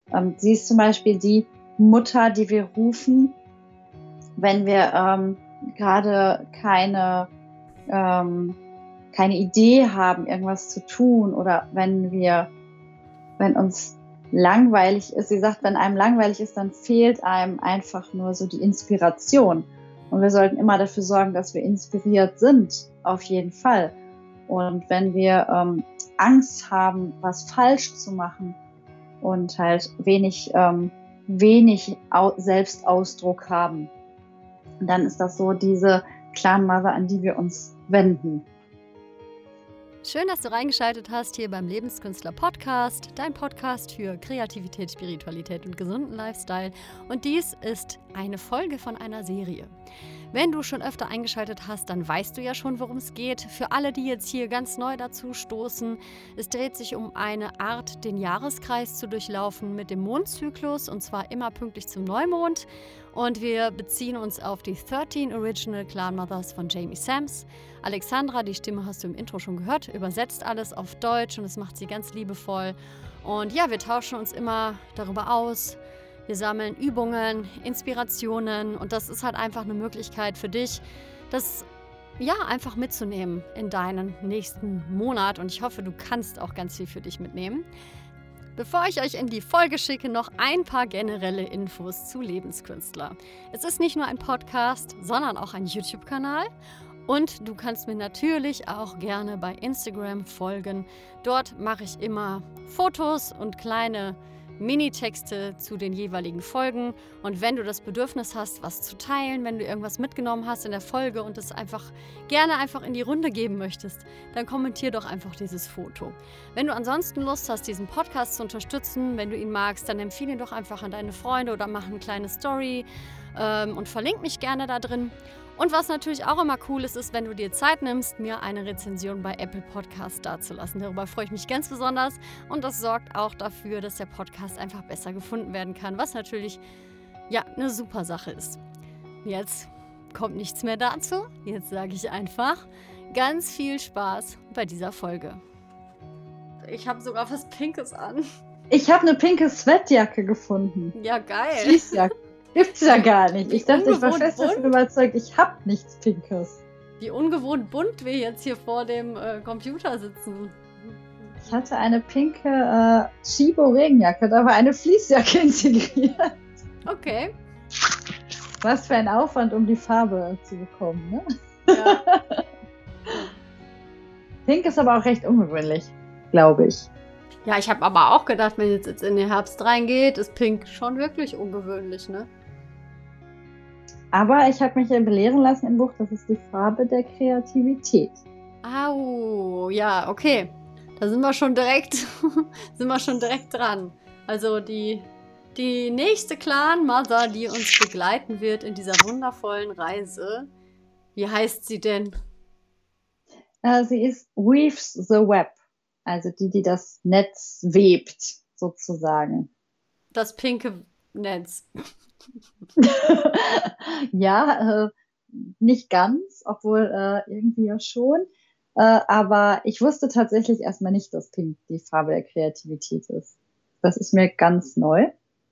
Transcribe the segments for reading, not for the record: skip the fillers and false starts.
Sie ist zum Beispiel die Mutter, die wir rufen, wenn wir gerade keine Idee haben, irgendwas zu tun, oder wenn uns langweilig ist. Sie sagt, wenn einem langweilig ist, dann fehlt einem einfach nur so die Inspiration. Und wir sollten immer dafür sorgen, dass wir inspiriert sind, auf jeden Fall. Und wenn wir Angst haben, was falsch zu machen und halt wenig Selbstausdruck haben, dann ist das so diese Clan Mother, an die wir uns wenden. Schön, dass du reingeschaltet hast hier beim Lebenskünstler Podcast, dein Podcast für Kreativität, Spiritualität und gesunden Lifestyle. Und dies ist eine Folge von einer Serie. Wenn du schon öfter eingeschaltet hast, dann weißt du ja schon, worum es geht. Für alle, die jetzt hier ganz neu dazu stoßen, es dreht sich um eine Art, den Jahreskreis zu durchlaufen mit dem Mondzyklus, und zwar immer pünktlich zum Neumond. Und wir beziehen uns auf die 13 Original Clan Mothers von Jamie Sams. Alexandra, die Stimme hast du im Intro schon gehört, übersetzt alles auf Deutsch und das macht sie ganz liebevoll. Und ja, wir tauschen uns immer darüber aus. Wir sammeln Übungen, Inspirationen, und das ist halt einfach eine Möglichkeit für dich, das ja einfach mitzunehmen in deinen nächsten Monat, und ich hoffe, du kannst auch ganz viel für dich mitnehmen. Bevor ich euch in die Folge schicke, noch ein paar generelle Infos zu Lebenskünstler. Es ist nicht nur ein Podcast, sondern auch ein YouTube-Kanal. Und du kannst mir natürlich auch gerne bei Instagram folgen. Dort mache ich immer Fotos und kleine Minitexte zu den jeweiligen Folgen. Und wenn du das Bedürfnis hast, was zu teilen, wenn du irgendwas mitgenommen hast in der Folge und es gerne in die Runde geben möchtest, dann kommentier doch einfach dieses Foto. Wenn du ansonsten Lust hast, diesen Podcast zu unterstützen, wenn du ihn magst, dann empfehle ihn doch einfach an deine Freunde oder mach eine kleine Story und verlink mich gerne da drin. Und was natürlich auch immer cool ist, wenn du dir Zeit nimmst, mir eine Rezension bei Apple Podcast dazulassen. Darüber freue ich mich ganz besonders, und das sorgt auch dafür, dass der Podcast einfach besser gefunden werden kann, was natürlich ja eine super Sache ist. Jetzt kommt nichts mehr dazu. Jetzt sage ich einfach ganz viel Spaß bei dieser Folge. Ich habe sogar was Pinkes an. Ich habe eine pinke Sweatjacke gefunden. Ja, geil. Fließjacke. Gibt's ja gar nicht. Ich dachte, ich war fest davon überzeugt, ich habe nichts Pinkes. Wie ungewohnt bunt wir jetzt hier vor dem Computer sitzen. Ich hatte eine pinke Chibo-Regenjacke, da war eine Fließjacke integriert. Okay. Was für ein Aufwand, um die Farbe zu bekommen, ne? Ja. Pink ist aber auch recht ungewöhnlich, glaube ich. Ja, ich habe aber auch gedacht, wenn jetzt in den Herbst reingeht, ist Pink schon wirklich ungewöhnlich, ne? Aber ich habe mich ja belehren lassen im Buch, das ist die Farbe der Kreativität. Au, ja, okay. Da sind wir schon direkt dran. Also die nächste Clan Mother, die uns begleiten wird in dieser wundervollen Reise. Wie heißt sie denn? Sie ist Weaves the Web. Also die das Netz webt, sozusagen. Das pinke Netz. Ja, nicht ganz, obwohl irgendwie ja schon. Aber ich wusste tatsächlich erstmal nicht, dass Pink die Farbe der Kreativität ist. Das ist mir ganz neu.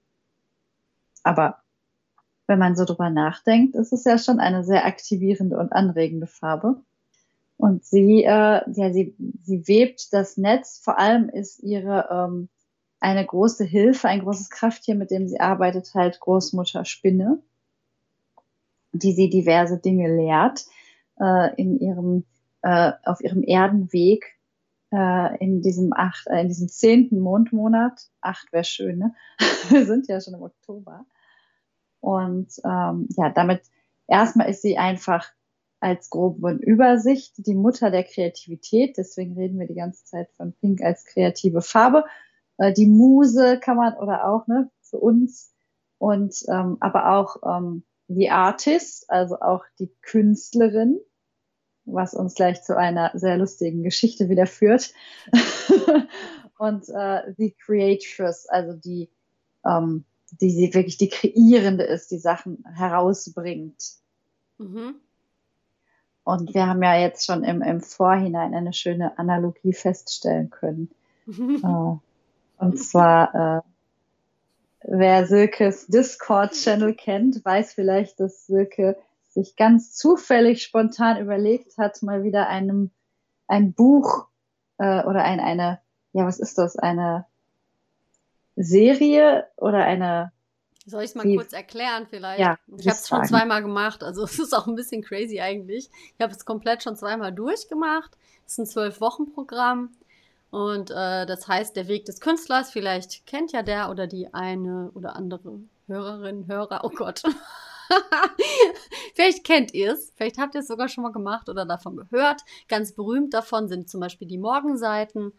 Aber wenn man so drüber nachdenkt, ist es ja schon eine sehr aktivierende und anregende Farbe. Und sie webt das Netz. Vor allem ist ihre eine große Hilfe, ein großes Krafttier, mit dem sie arbeitet, halt Großmutter Spinne, die sie diverse Dinge lehrt auf ihrem Erdenweg in diesem 10. Mondmonat. 8 wäre schön, ne? Wir sind ja schon im Oktober. Und damit erstmal ist sie einfach als grobe Übersicht die Mutter der Kreativität. Deswegen reden wir die ganze Zeit von Pink als kreative Farbe. Die Muse kann man, oder auch, ne, für uns. Und aber auch die Artist, also auch die Künstlerin, was uns gleich zu einer sehr lustigen Geschichte wieder führt. Und die Creatress, also die sie wirklich die Kreierende ist, die Sachen herausbringt. Mhm. Und wir haben ja jetzt schon im Vorhinein eine schöne Analogie feststellen können. Und zwar wer Silkes Discord-Channel kennt, weiß vielleicht, dass Silke sich ganz zufällig spontan überlegt hat, mal wieder ein Buch oder was ist das? Eine Serie oder eine. Soll ich es mal kurz erklären vielleicht? Ja, ich habe es schon zweimal gemacht, also es ist auch ein bisschen crazy eigentlich. Ich habe es komplett schon zweimal durchgemacht. Es ist ein 12-Wochen-Programm und das heißt Der Weg des Künstlers. Vielleicht kennt ja der oder die eine oder andere Hörerin, Hörer, oh Gott. Vielleicht kennt ihr es, vielleicht habt ihr es sogar schon mal gemacht oder davon gehört. Ganz berühmt davon sind zum Beispiel die Morgenseiten.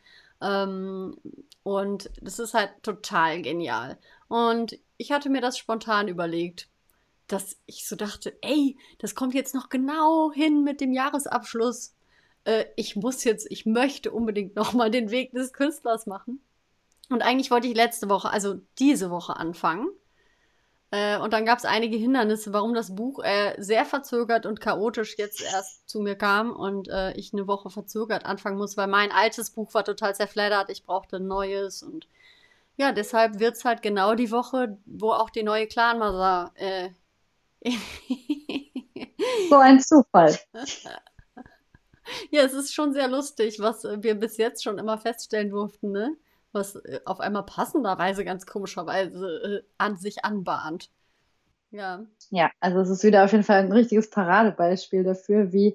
Und das ist halt total genial. Und ich hatte mir das spontan überlegt, dass ich so dachte, ey, das kommt jetzt noch genau hin mit dem Jahresabschluss. Ich möchte unbedingt nochmal den Weg des Künstlers machen. Und eigentlich wollte ich diese Woche anfangen. Und dann gab es einige Hindernisse, warum das Buch sehr verzögert und chaotisch jetzt erst zu mir kam und ich eine Woche verzögert anfangen muss, weil mein altes Buch war total zerfleddert, ich brauchte ein neues und ja, deshalb wird es halt genau die Woche, wo auch die neue Clanmother so ein Zufall. Ja, es ist schon sehr lustig, was wir bis jetzt schon immer feststellen durften, ne? Was auf einmal passenderweise ganz komischerweise an sich anbahnt. Ja. Ja, also es ist wieder auf jeden Fall ein richtiges Paradebeispiel dafür, wie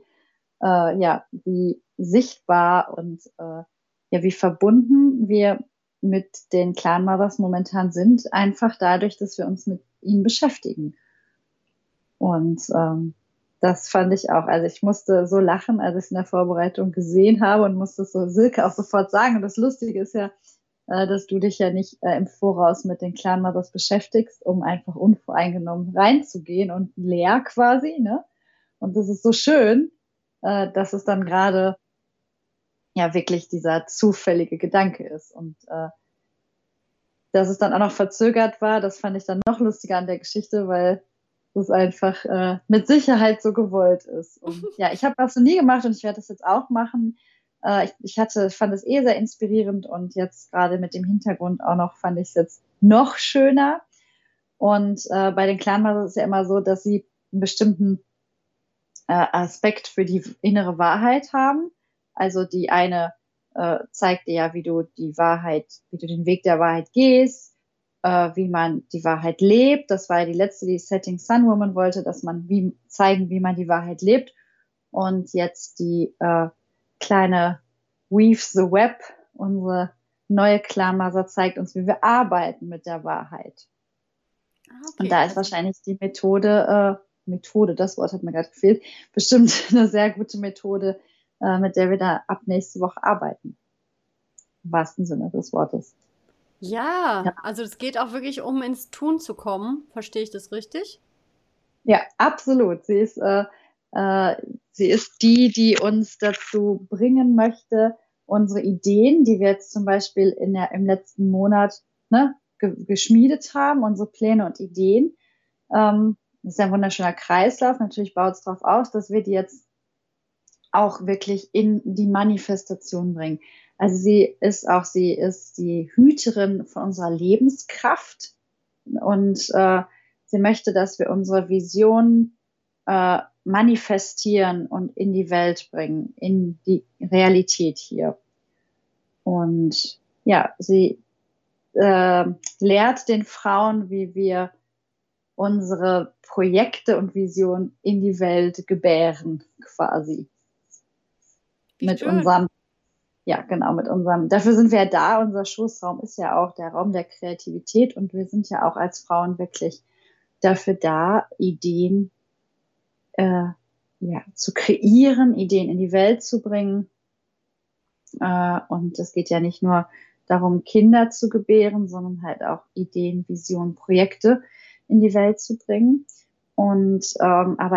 sichtbar und wie verbunden wir mit den Clanmothers momentan sind, einfach dadurch, dass wir uns mit ihnen beschäftigen. Und das fand ich auch, also ich musste so lachen, als ich es in der Vorbereitung gesehen habe und musste es so Silke auch sofort sagen. Und das Lustige ist ja, dass du dich ja nicht im Voraus mit den Clanmothers beschäftigst, um einfach unvoreingenommen reinzugehen und leer quasi, ne? Und das ist so schön, dass es dann gerade ja wirklich dieser zufällige Gedanke ist. Und dass es dann auch noch verzögert war, das fand ich dann noch lustiger an der Geschichte, weil es einfach mit Sicherheit so gewollt ist. Und ja, ich habe das noch nie gemacht und ich werde das jetzt auch machen. Ich fand es sehr inspirierend und jetzt gerade mit dem Hintergrund auch noch fand ich es jetzt noch schöner. Und bei den Clanmothers ist es ja immer so, dass sie einen bestimmten Aspekt für die innere Wahrheit haben. Also die eine zeigt dir ja, wie du den Weg der Wahrheit gehst, wie man die Wahrheit lebt. Das war ja die letzte, die Setting Sun Woman wollte, dass man zeigen, wie man die Wahrheit lebt. Und jetzt die kleine Weave the Web, unsere neue Clanmother, zeigt uns, wie wir arbeiten mit der Wahrheit. Okay, und da ist wahrscheinlich die Methode, das Wort hat mir gerade gefehlt, bestimmt eine sehr gute Methode, mit der wir da ab nächste Woche arbeiten. Im wahrsten Sinne des Wortes. Ja, also es geht auch wirklich um ins Tun zu kommen. Verstehe ich das richtig? Ja, absolut. Sie ist die uns dazu bringen möchte, unsere Ideen, die wir jetzt zum Beispiel im letzten Monat geschmiedet haben, unsere Pläne und Ideen. Das ist ein wunderschöner Kreislauf. Natürlich baut es darauf aus, dass wir die jetzt auch wirklich in die Manifestation bringen. Also sie ist die Hüterin von unserer Lebenskraft und sie möchte, dass wir unsere Vision manifestieren und in die Welt bringen, in die Realität hier. Und ja, sie lehrt den Frauen, wie wir unsere Projekte und Visionen in die Welt gebären, quasi. Dafür sind wir ja da, unser Schoßraum ist ja auch der Raum der Kreativität und wir sind ja auch als Frauen wirklich dafür da, Ideen zu kreieren, Ideen in die Welt zu bringen. Und es geht ja nicht nur darum, Kinder zu gebären, sondern halt auch Ideen, Visionen, Projekte in die Welt zu bringen. Und aber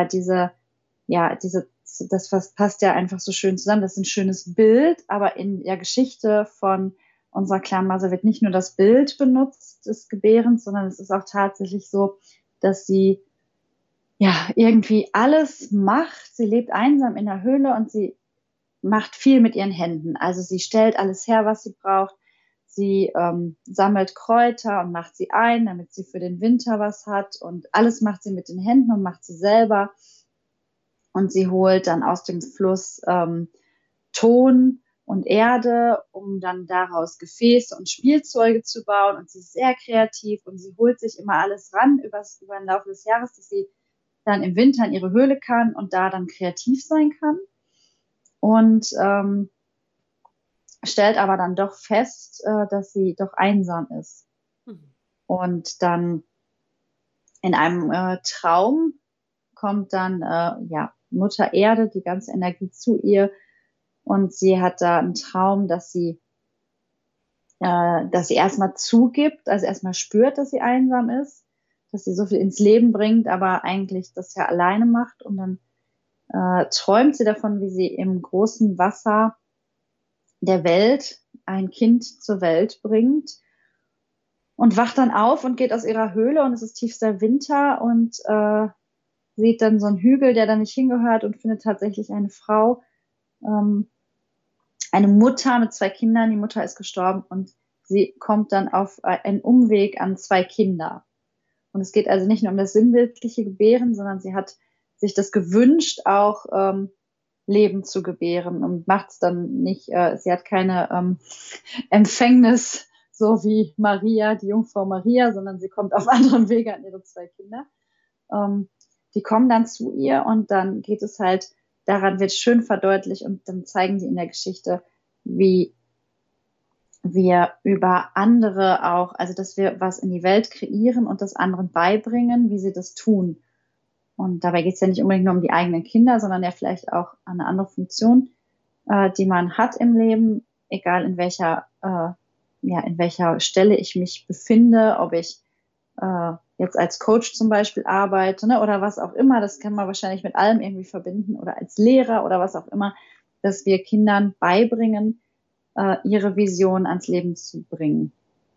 das passt ja einfach so schön zusammen. Das ist ein schönes Bild, aber in der Geschichte von unserer Clanmother wird nicht nur das Bild benutzt des Gebärens, sondern es ist auch tatsächlich so, dass sie ja irgendwie alles macht. Sie lebt einsam in der Höhle und sie macht viel mit ihren Händen. Also sie stellt alles her, was sie braucht. Sie sammelt Kräuter und macht sie ein, damit sie für den Winter was hat. Und alles macht sie mit den Händen und macht sie selber. Und sie holt dann aus dem Fluss Ton und Erde, um dann daraus Gefäße und Spielzeuge zu bauen. Und sie ist sehr kreativ und sie holt sich immer alles ran über den Laufe des Jahres, dass sie dann im Winter in ihre Höhle kann und da dann kreativ sein kann. Und stellt aber dann doch fest, dass sie doch einsam ist. Und dann in einem Traum kommt dann Mutter Erde, die ganze Energie zu ihr. Und sie hat da einen Traum, dass sie erstmal zugibt, also erstmal spürt, dass sie einsam ist, dass sie so viel ins Leben bringt, aber eigentlich das ja alleine macht. Und dann träumt sie davon, wie sie im großen Wasser der Welt ein Kind zur Welt bringt und wacht dann auf und geht aus ihrer Höhle und es ist tiefster Winter und sieht dann so einen Hügel, der da nicht hingehört und findet tatsächlich eine Frau, eine Mutter mit 2 Kindern. Die Mutter ist gestorben und sie kommt dann auf einen Umweg an 2 Kinder. Und es geht also nicht nur um das sinnbildliche Gebären, sondern sie hat sich das gewünscht, auch Leben zu gebären und macht es dann nicht, sie hat keine Empfängnis, so wie Maria, die Jungfrau Maria, sondern sie kommt auf anderem Wege an ihre 2 Kinder. Die kommen dann zu ihr und dann geht es halt, daran wird schön verdeutlicht und dann zeigen sie in der Geschichte, wie wir über andere auch, also dass wir was in die Welt kreieren und das anderen beibringen, wie sie das tun. Und dabei geht es ja nicht unbedingt nur um die eigenen Kinder, sondern ja vielleicht auch an eine andere Funktion, die man hat im Leben, egal in welcher Stelle ich mich befinde, ob ich jetzt als Coach zum Beispiel arbeite, ne, oder was auch immer. Das kann man wahrscheinlich mit allem irgendwie verbinden oder als Lehrer oder was auch immer, dass wir Kindern beibringen, ihre Vision ans Leben zu bringen.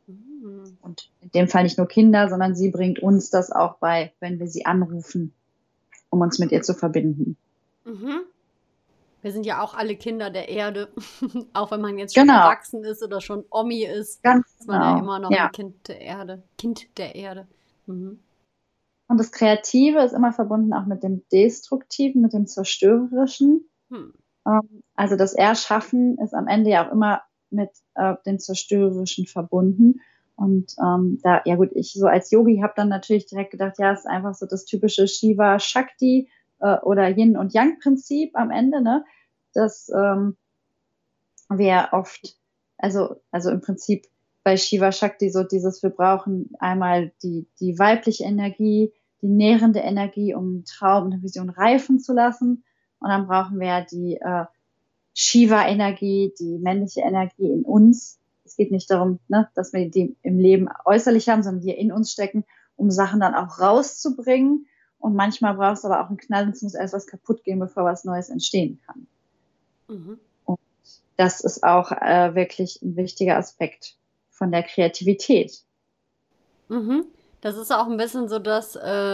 Und in dem Fall nicht nur Kinder, sondern sie bringt uns das auch bei, wenn wir sie anrufen, um uns mit ihr zu verbinden. Mhm. Wir sind ja auch alle Kinder der Erde, auch wenn man jetzt schon erwachsen ist oder schon Omi ist, ist man ja immer noch ein Kind der Erde. Kind der Erde. Mhm. Und das Kreative ist immer verbunden auch mit dem Destruktiven, mit dem Zerstörerischen. Also das Erschaffen ist am Ende ja auch immer mit dem Zerstörerischen verbunden. Und ich so als Yogi habe dann natürlich direkt gedacht, ja, es ist einfach so das typische Shiva-Shakti oder Yin- und Yang-Prinzip am Ende, ne? Dass wir oft, also im Prinzip bei Shiva-Shakti so dieses, wir brauchen einmal die weibliche Energie, die nährende Energie, um Traum und Vision reifen zu lassen. Und dann brauchen wir die Shiva-Energie, die männliche Energie in uns. Es geht nicht darum, ne, dass wir die im Leben äußerlich haben, sondern die in uns stecken, um Sachen dann auch rauszubringen. Und manchmal brauchst du aber auch einen Knall und es muss erst was kaputt gehen, bevor was Neues entstehen kann. Mhm. Und das ist auch wirklich ein wichtiger Aspekt von der Kreativität. Mhm. Das ist auch ein bisschen so, dass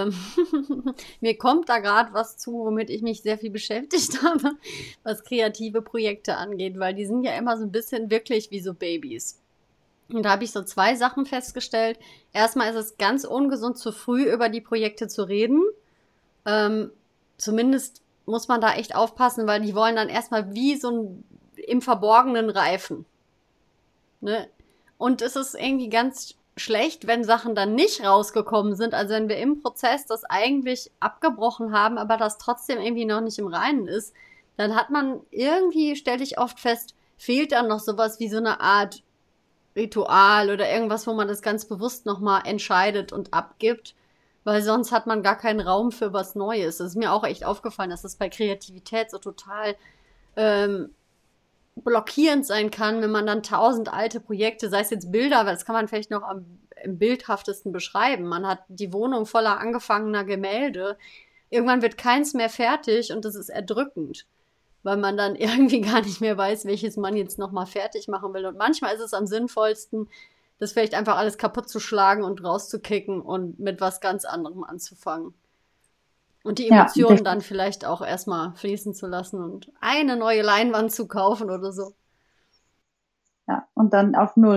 mir kommt da gerade was zu, womit ich mich sehr viel beschäftigt habe, was kreative Projekte angeht, weil die sind ja immer so ein bisschen wirklich wie so Babys. Und da habe ich so 2 Sachen festgestellt. Erstmal ist es ganz ungesund, zu früh über die Projekte zu reden. Zumindest muss man da echt aufpassen, weil die wollen dann erstmal wie so ein im Verborgenen reifen. Ne? Und es ist irgendwie ganz schlecht, wenn Sachen dann nicht rausgekommen sind, also wenn wir im Prozess das eigentlich abgebrochen haben, aber das trotzdem irgendwie noch nicht im Reinen ist, dann hat man irgendwie, stelle ich oft fest, fehlt dann noch sowas wie so eine Art Ritual oder irgendwas, wo man das ganz bewusst nochmal entscheidet und abgibt, weil sonst hat man gar keinen Raum für was Neues. Das ist mir auch echt aufgefallen, dass das bei Kreativität so total blockierend sein kann, wenn man dann 1000 alte Projekte, sei es jetzt Bilder, weil das kann man vielleicht noch am bildhaftesten beschreiben. Man hat die Wohnung voller angefangener Gemälde. Irgendwann wird keins mehr fertig und das ist erdrückend, weil man dann irgendwie gar nicht mehr weiß, welches man jetzt nochmal fertig machen will. Und manchmal ist es am sinnvollsten, das vielleicht einfach alles kaputt zu schlagen und rauszukicken und mit was ganz anderem anzufangen. Und die Emotionen dann vielleicht auch erstmal fließen zu lassen und eine neue Leinwand zu kaufen oder so. Ja, und dann auf Null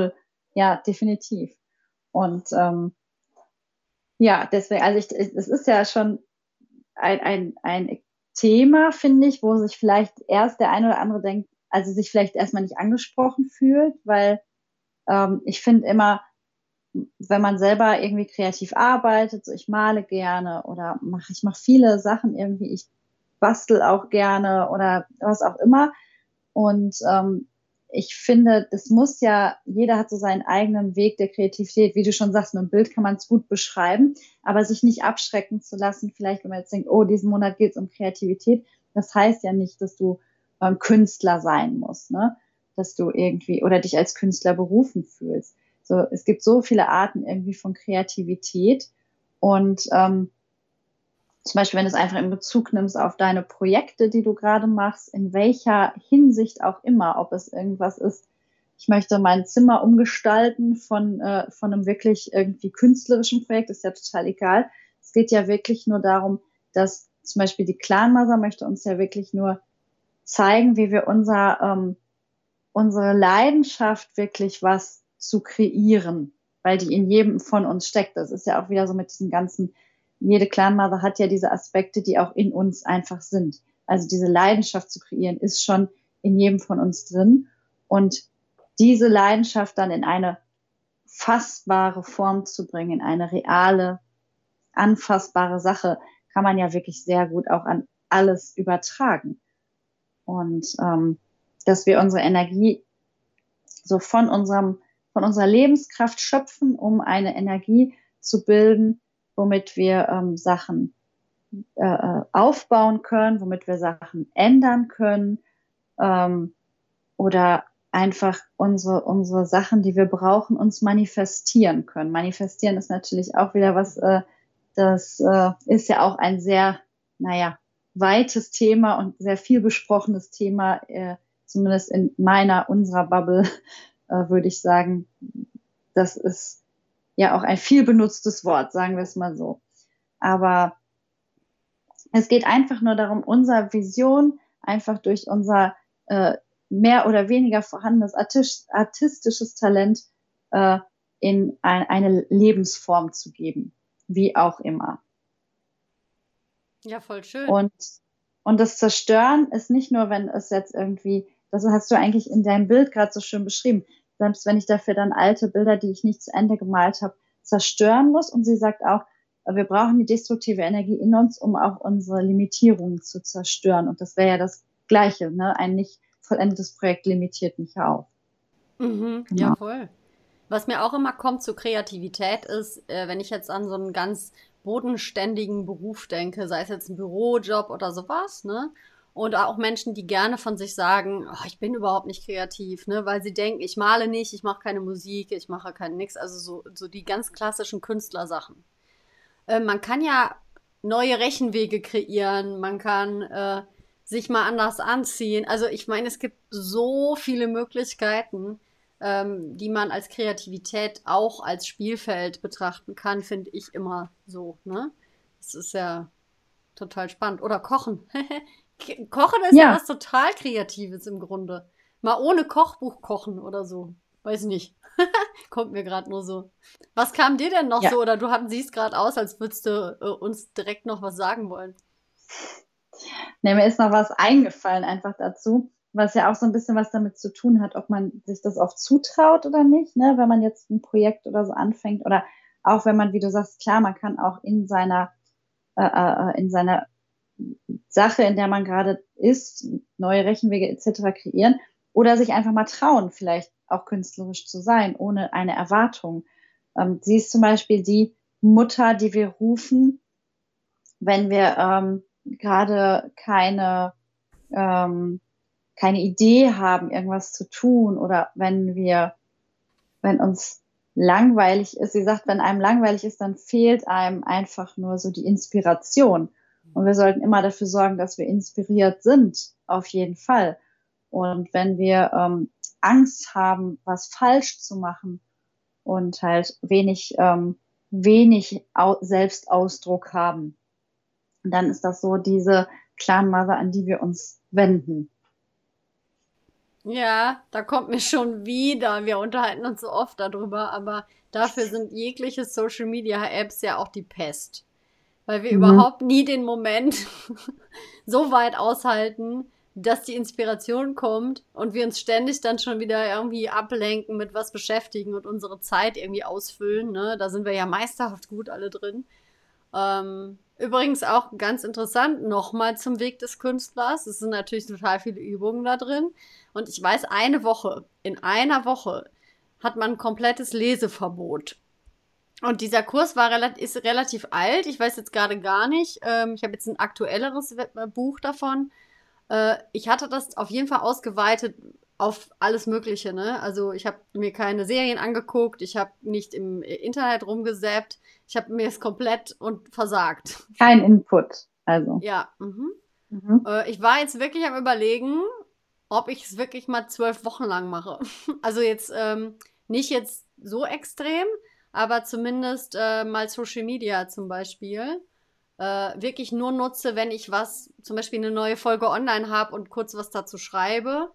Ja, definitiv. Und ja, deswegen, also es ist ja schon ein Thema, finde ich, wo sich vielleicht erst der eine oder andere denkt, also sich vielleicht erstmal nicht angesprochen fühlt, weil ich finde immer, wenn man selber irgendwie kreativ arbeitet, so ich male gerne oder ich mache viele Sachen irgendwie, ich bastel auch gerne oder was auch immer. Und ich finde, das muss ja, jeder hat so seinen eigenen Weg der Kreativität. Wie du schon sagst, mit einem Bild kann man es gut beschreiben, aber sich nicht abschrecken zu lassen, vielleicht wenn man jetzt denkt, oh, diesen Monat geht es um Kreativität, das heißt ja nicht, dass du Künstler sein musst, ne? Dass du irgendwie oder dich als Künstler berufen fühlst. So, es gibt so viele Arten irgendwie von Kreativität und zum Beispiel, wenn du es einfach in Bezug nimmst auf deine Projekte, die du gerade machst, in welcher Hinsicht auch immer, ob es irgendwas ist, ich möchte mein Zimmer umgestalten von einem wirklich irgendwie künstlerischen Projekt, ist ja total egal. Es geht ja wirklich nur darum, dass zum Beispiel die Clanmother möchte uns ja wirklich nur zeigen, wie wir unsere Leidenschaft wirklich was zu kreieren, weil die in jedem von uns steckt. Das ist ja auch wieder so mit diesen ganzen, jede Clanmother hat ja diese Aspekte, die auch in uns einfach sind. Also diese Leidenschaft zu kreieren ist schon in jedem von uns drin und diese Leidenschaft dann in eine fassbare Form zu bringen, in eine reale, anfassbare Sache, kann man ja wirklich sehr gut auch an alles übertragen. Und dass wir unsere Energie so von unserer Lebenskraft schöpfen, um eine Energie zu bilden, womit wir Sachen aufbauen können, womit wir Sachen ändern können oder einfach unsere Sachen, die wir brauchen, uns manifestieren können. Manifestieren ist natürlich auch wieder was, das ist ja auch ein sehr, weites Thema und sehr viel besprochenes Thema, zumindest in unserer Bubble, würde ich sagen. Das ist ja auch ein viel benutztes Wort, sagen wir es mal so. Aber es geht einfach nur darum, unsere Vision einfach durch unser mehr oder weniger vorhandenes artistisches Talent in eine Lebensform zu geben, wie auch immer. Ja, voll schön. Und das Zerstören ist nicht nur, wenn es jetzt irgendwie, das hast du eigentlich in deinem Bild gerade so schön beschrieben, selbst wenn ich dafür dann alte Bilder, die ich nicht zu Ende gemalt habe, zerstören muss. Und sie sagt auch, wir brauchen die destruktive Energie in uns, um auch unsere Limitierungen zu zerstören. Und das wäre ja das Gleiche, ne? Ein nicht vollendetes Projekt limitiert mich ja auch. Mhm, Genau. ja, voll. Was mir auch immer kommt zur Kreativität ist, wenn ich jetzt an so einen ganz bodenständigen Beruf denke, sei es jetzt ein Bürojob oder sowas, ne? Und auch Menschen, die gerne von sich sagen, oh, ich bin überhaupt nicht kreativ, ne? Weil sie denken, ich male nicht, ich mache keine Musik, ich mache kein nix, also so die ganz klassischen Künstlersachen. Man kann ja neue Rechenwege kreieren, man kann sich mal anders anziehen. Also ich meine, es gibt so viele Möglichkeiten, die man als Kreativität auch als Spielfeld betrachten kann, finde ich immer so. Ne? Das ist ja total spannend. Oder Kochen. Kochen ist ja Ja, was total Kreatives im Grunde. Mal ohne Kochbuch kochen oder so. Weiß nicht. Kommt mir gerade nur so. Was kam dir denn noch ja. so? Oder du siehst gerade aus, als würdest du uns direkt noch was sagen wollen. Nee, mir ist noch was eingefallen einfach dazu, was ja auch so ein bisschen was damit zu tun hat, ob man sich das oft zutraut oder nicht, ne? Wenn man jetzt ein Projekt oder so anfängt oder auch wenn man, wie du sagst, klar, man kann auch in seiner Sache, in der man gerade ist, neue Rechenwege etc. kreieren oder sich einfach mal trauen, vielleicht auch künstlerisch zu sein, ohne eine Erwartung. Sie ist zum Beispiel die Mutter, die wir rufen, wenn wir gerade keine Idee haben, irgendwas zu tun oder wenn uns langweilig ist. Sie sagt, wenn einem langweilig ist, dann fehlt einem einfach nur so die Inspiration. Und wir sollten immer dafür sorgen, dass wir inspiriert sind, auf jeden Fall. Und wenn wir Angst haben, was falsch zu machen und halt wenig Selbstausdruck haben, dann ist das so diese Clanmother, an die wir uns wenden. Ja, da kommt mir schon wieder. Wir unterhalten uns so oft darüber, aber dafür sind jegliche Social Media Apps ja auch die Pest. Weil wir Mhm. überhaupt nie den Moment so weit aushalten, dass die Inspiration kommt und wir uns ständig dann schon wieder irgendwie ablenken, mit was beschäftigen und unsere Zeit irgendwie ausfüllen. Ne? Da sind wir ja meisterhaft gut alle drin. Übrigens auch ganz interessant, nochmal zum Weg des Künstlers. Es sind natürlich total viele Übungen da drin. Und ich weiß, in einer Woche hat man ein komplettes Leseverbot. Und dieser Kurs ist relativ alt. Ich weiß jetzt gerade gar nicht. Ich habe jetzt ein aktuelleres Buch davon. Ich hatte das auf jeden Fall ausgeweitet auf alles Mögliche, ne? Also ich habe mir keine Serien angeguckt, ich habe nicht im Internet rumgesäppt, ich habe mir es komplett und versagt. Kein Input, also. Ja, mhm. Mhm. Ich war jetzt wirklich am Überlegen, ob ich es wirklich mal 12 Wochen lang mache. Also jetzt nicht jetzt so extrem, aber zumindest mal Social Media zum Beispiel wirklich nur nutze, wenn ich zum Beispiel eine neue Folge online habe und kurz was dazu schreibe.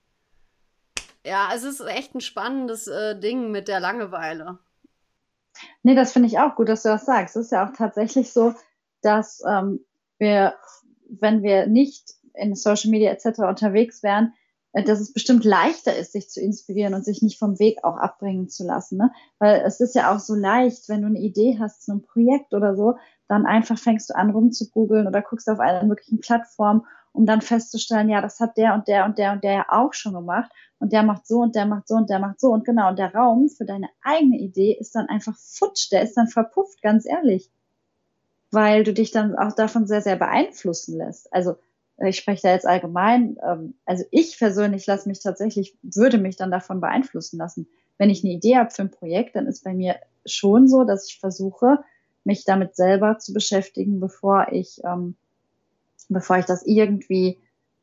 Ja, es ist echt ein spannendes Ding mit der Langeweile. Nee, das finde ich auch gut, dass du das sagst. Es ist ja auch tatsächlich so, dass wir, wenn wir nicht in Social Media etc. unterwegs wären, dass es bestimmt leichter ist, sich zu inspirieren und sich nicht vom Weg auch abbringen zu lassen. Ne? Weil es ist ja auch so leicht, wenn du eine Idee hast zu einem Projekt oder so, dann einfach fängst du an rumzugoogeln oder guckst auf einer möglichen Plattform, um dann festzustellen, ja, das hat der und der und der und der ja auch schon gemacht und der macht so und der macht so und der macht so und genau, und der Raum für deine eigene Idee ist dann einfach futsch, der ist dann verpufft, ganz ehrlich, weil du dich dann auch davon sehr, sehr beeinflussen lässt. Also ich spreche da jetzt allgemein, also ich persönlich würde mich dann davon beeinflussen lassen. Wenn ich eine Idee habe für ein Projekt, dann ist bei mir schon so, dass ich versuche, mich damit selber zu beschäftigen, bevor ich das irgendwie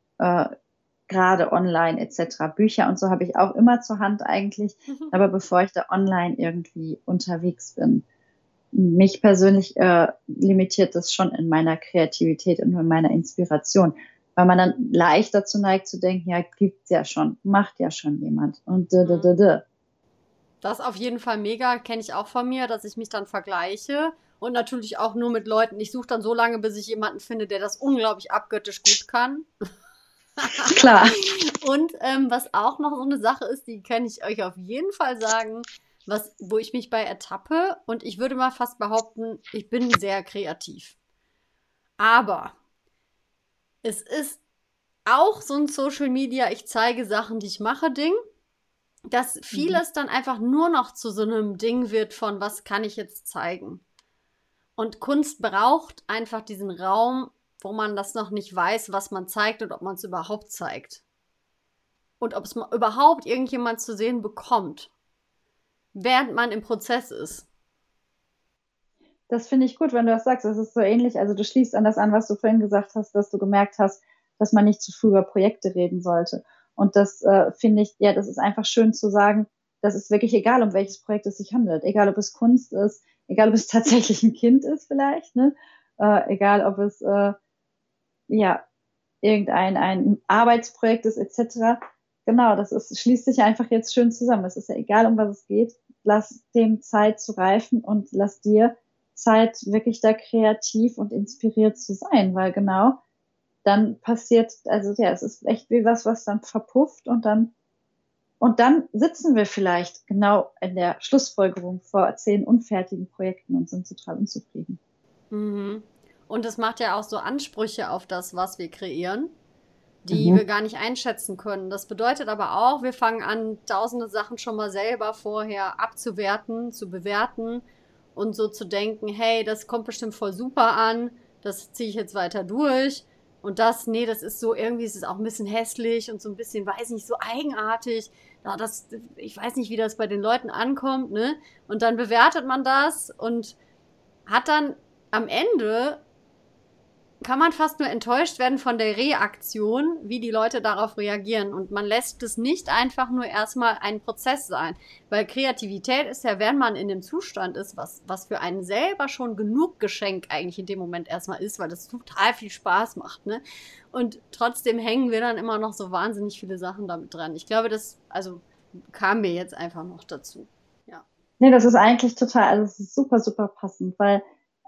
gerade online etc. Bücher und so habe ich auch immer zur Hand eigentlich, aber bevor ich da online irgendwie unterwegs bin. Mich persönlich limitiert das schon in meiner Kreativität und in meiner Inspiration, weil man dann leicht dazu neigt zu denken, ja, gibt's ja schon, macht ja schon jemand und Das ist auf jeden Fall mega, kenne ich auch von mir, dass ich mich dann vergleiche und natürlich auch nur mit Leuten. Ich suche dann so lange, bis ich jemanden finde, der das unglaublich abgöttisch gut kann. Klar. Und was auch noch so eine Sache ist, die kann ich euch auf jeden Fall sagen, wo ich mich bei ertappe. Und ich würde mal fast behaupten, ich bin sehr kreativ. Aber es ist auch so ein Social Media, ich zeige Sachen, die ich mache, Ding, dass vieles dann einfach nur noch zu so einem Ding wird von, was kann ich jetzt zeigen? Und Kunst braucht einfach diesen Raum, wo man das noch nicht weiß, was man zeigt und ob man es überhaupt zeigt. Und ob es überhaupt irgendjemand zu sehen bekommt, während man im Prozess ist. Das finde ich gut, wenn du das sagst. Das ist so ähnlich. Also du schließt an das an, was du vorhin gesagt hast, dass du gemerkt hast, dass man nicht zu früh über Projekte reden sollte. Und das finde ich, ja, das ist einfach schön zu sagen, das ist wirklich egal, um welches Projekt es sich handelt. Egal, ob es Kunst ist, egal, ob es tatsächlich ein Kind ist vielleicht, ne? Egal, ob es ja irgendein ein Arbeitsprojekt ist, etc. Genau, schließt sich einfach jetzt schön zusammen. Es ist ja egal, um was es geht. Lass dem Zeit zu reifen und lass dir Zeit, wirklich da kreativ und inspiriert zu sein, weil genau dann passiert, also ja, es ist echt wie was dann verpufft und dann sitzen wir vielleicht genau in der Schlussfolgerung vor 10 unfertigen Projekten und sind total unzufrieden. Mhm. Und es macht ja auch so Ansprüche auf das, was wir kreieren, die wir Mhm. gar nicht einschätzen können. Das bedeutet aber auch, wir fangen an, tausende Sachen schon mal selber vorher abzuwerten, zu bewerten und so zu denken, hey, das kommt bestimmt voll super an, das ziehe ich jetzt weiter durch. Und nee, das ist so, irgendwie ist es auch ein bisschen hässlich und so ein bisschen, weiß nicht, so eigenartig. Ja, ich weiß nicht, wie das bei den Leuten ankommt, ne? Und dann bewertet man das und hat dann am Ende kann man fast nur enttäuscht werden von der Reaktion, wie die Leute darauf reagieren. Und man lässt es nicht einfach nur erstmal ein Prozess sein. Weil Kreativität ist ja, wenn man in dem Zustand ist, was für einen selber schon genug Geschenk eigentlich in dem Moment erstmal ist, weil das total viel Spaß macht, ne? Und trotzdem hängen wir dann immer noch so wahnsinnig viele Sachen damit dran. Ich glaube, das, also kam mir jetzt einfach noch dazu. Ja. Nee, das ist eigentlich total, also es ist super, super passend, weil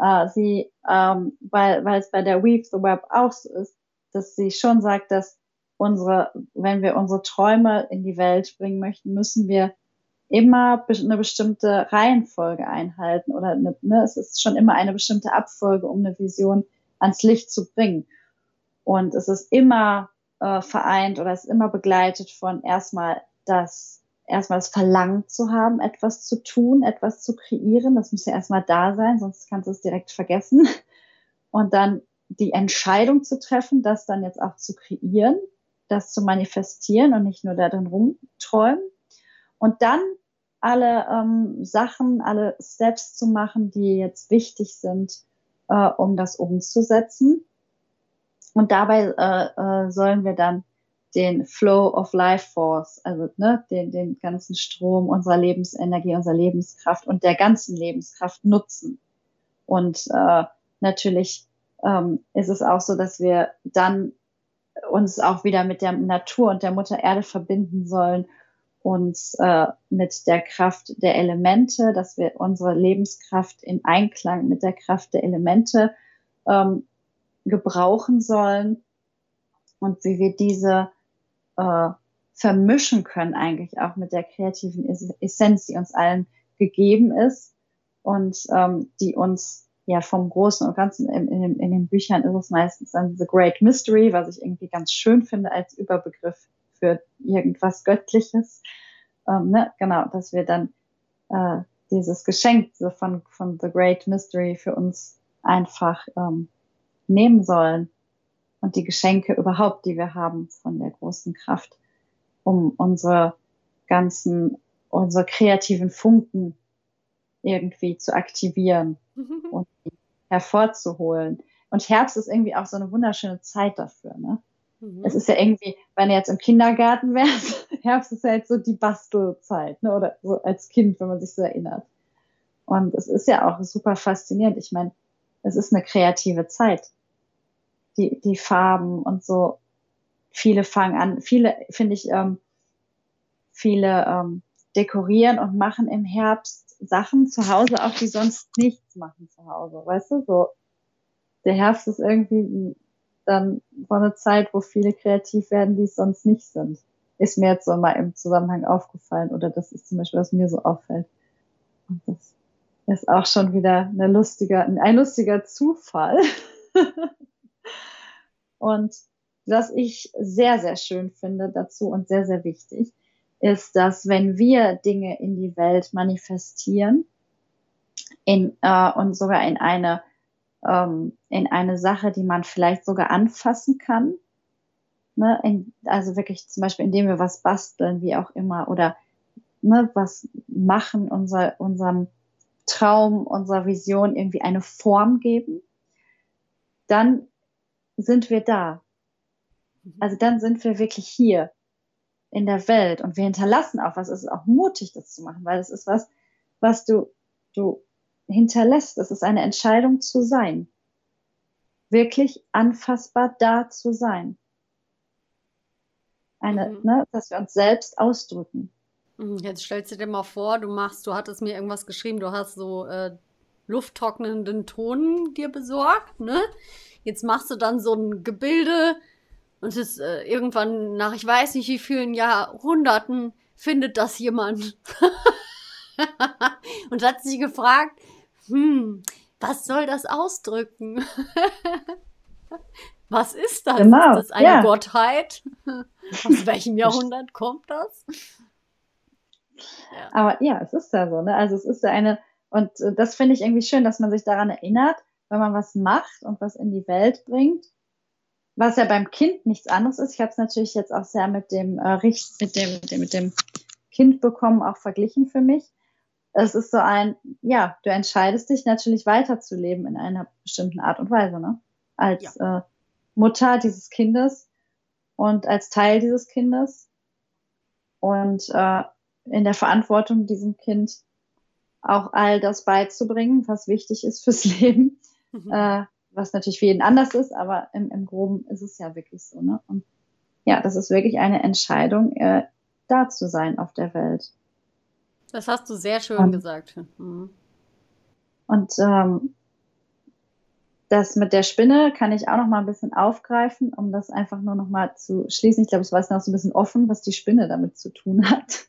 weil es bei der Weave the Web auch so ist, dass sie schon sagt, dass wenn wir unsere Träume in die Welt bringen möchten, müssen wir immer eine bestimmte Reihenfolge einhalten oder es ist schon immer eine bestimmte Abfolge, um eine Vision ans Licht zu bringen. Und es ist immer vereint oder es ist immer begleitet von erstmal das Verlangen zu haben, etwas zu tun, etwas zu kreieren. Das muss ja erstmal da sein, sonst kannst du es direkt vergessen. Und dann die Entscheidung zu treffen, das dann jetzt auch zu kreieren, das zu manifestieren und nicht nur da drin rumträumen. Und dann alle Sachen, alle Steps zu machen, die jetzt wichtig sind, um das umzusetzen. Und dabei sollen wir dann den Flow of Life Force, also den ganzen Strom unserer Lebensenergie, unserer Lebenskraft und der ganzen Lebenskraft nutzen. Und natürlich ist es auch so, dass wir dann uns auch wieder mit der Natur und der Mutter Erde verbinden sollen und mit der Kraft der Elemente, dass wir unsere Lebenskraft in Einklang mit der Kraft der Elemente gebrauchen sollen und wie wir diese vermischen können eigentlich auch mit der kreativen Essenz, die uns allen gegeben ist und die uns ja vom Großen und Ganzen in den Büchern ist es meistens dann The Great Mystery, was ich irgendwie ganz schön finde als Überbegriff für irgendwas Göttliches. Genau, dass wir dann dieses Geschenk von The Great Mystery für uns einfach nehmen sollen. Und die Geschenke überhaupt, die wir haben von der großen Kraft, um unsere kreativen Funken irgendwie zu aktivieren und hervorzuholen. Und Herbst ist irgendwie auch so eine wunderschöne Zeit dafür, ne? Es ist ja irgendwie, wenn du jetzt im Kindergarten wärst, Herbst ist ja jetzt so die Bastelzeit, ne? Oder so als Kind, wenn man sich so erinnert. Und es ist ja auch super faszinierend. Ich meine, es ist eine kreative Zeit. Die Farben und so. Viele fangen an, finde ich, viele dekorieren und machen im Herbst Sachen zu Hause, auch die sonst nichts machen zu Hause. Weißt du, so der Herbst ist irgendwie dann so eine Zeit, wo viele kreativ werden, die es sonst nicht sind. Ist mir jetzt so mal im Zusammenhang aufgefallen oder das ist zum Beispiel, was mir so auffällt. Und das ist auch schon wieder ein lustiger Zufall. Und was ich sehr, sehr schön finde dazu und sehr, sehr wichtig, ist, dass wenn wir Dinge in die Welt manifestieren und sogar in eine Sache, die man vielleicht sogar anfassen kann, ne, also wirklich zum Beispiel, indem wir was basteln, wie auch immer, oder was machen, unserem Traum, unserer Vision irgendwie eine Form geben, dann sind wir da. Also dann sind wir wirklich hier in der Welt und wir hinterlassen auch was. Es ist auch mutig, das zu machen, weil es ist was du hinterlässt. Es ist eine Entscheidung zu sein. Wirklich anfassbar da zu sein. Dass wir uns selbst ausdrücken. Jetzt stellst du dir mal vor, du hattest mir irgendwas geschrieben, du hast so lufttrocknenden Ton dir besorgt, ne? Jetzt machst du dann so ein Gebilde und es ist irgendwann nach ich weiß nicht wie vielen Jahrhunderten findet das jemand. Und hat sich gefragt, was soll das ausdrücken? Was ist das? Genau, ist das eine Gottheit? Aus welchem Jahrhundert kommt das? Ja. Aber ja, es ist ja so, ne? Also es ist ja und das finde ich irgendwie schön, dass man sich daran erinnert, wenn man was macht und was in die Welt bringt, was ja beim Kind nichts anderes ist. Ich habe es natürlich jetzt auch sehr mit dem Kind bekommen, auch verglichen für mich. Es ist so du entscheidest dich natürlich weiterzuleben in einer bestimmten Art und Weise, ne? als Mutter dieses Kindes und als Teil dieses Kindes und in der Verantwortung, diesem Kind auch all das beizubringen, was wichtig ist fürs Leben, was natürlich für jeden anders ist, aber im Groben ist es ja wirklich so. Ne? Und ja, das ist wirklich eine Entscheidung, da zu sein auf der Welt. Das hast du sehr schön gesagt. Und das mit der Spinne kann ich auch noch mal ein bisschen aufgreifen, um das einfach nur noch mal zu schließen. Ich glaube, es war jetzt noch so ein bisschen offen, was die Spinne damit zu tun hat.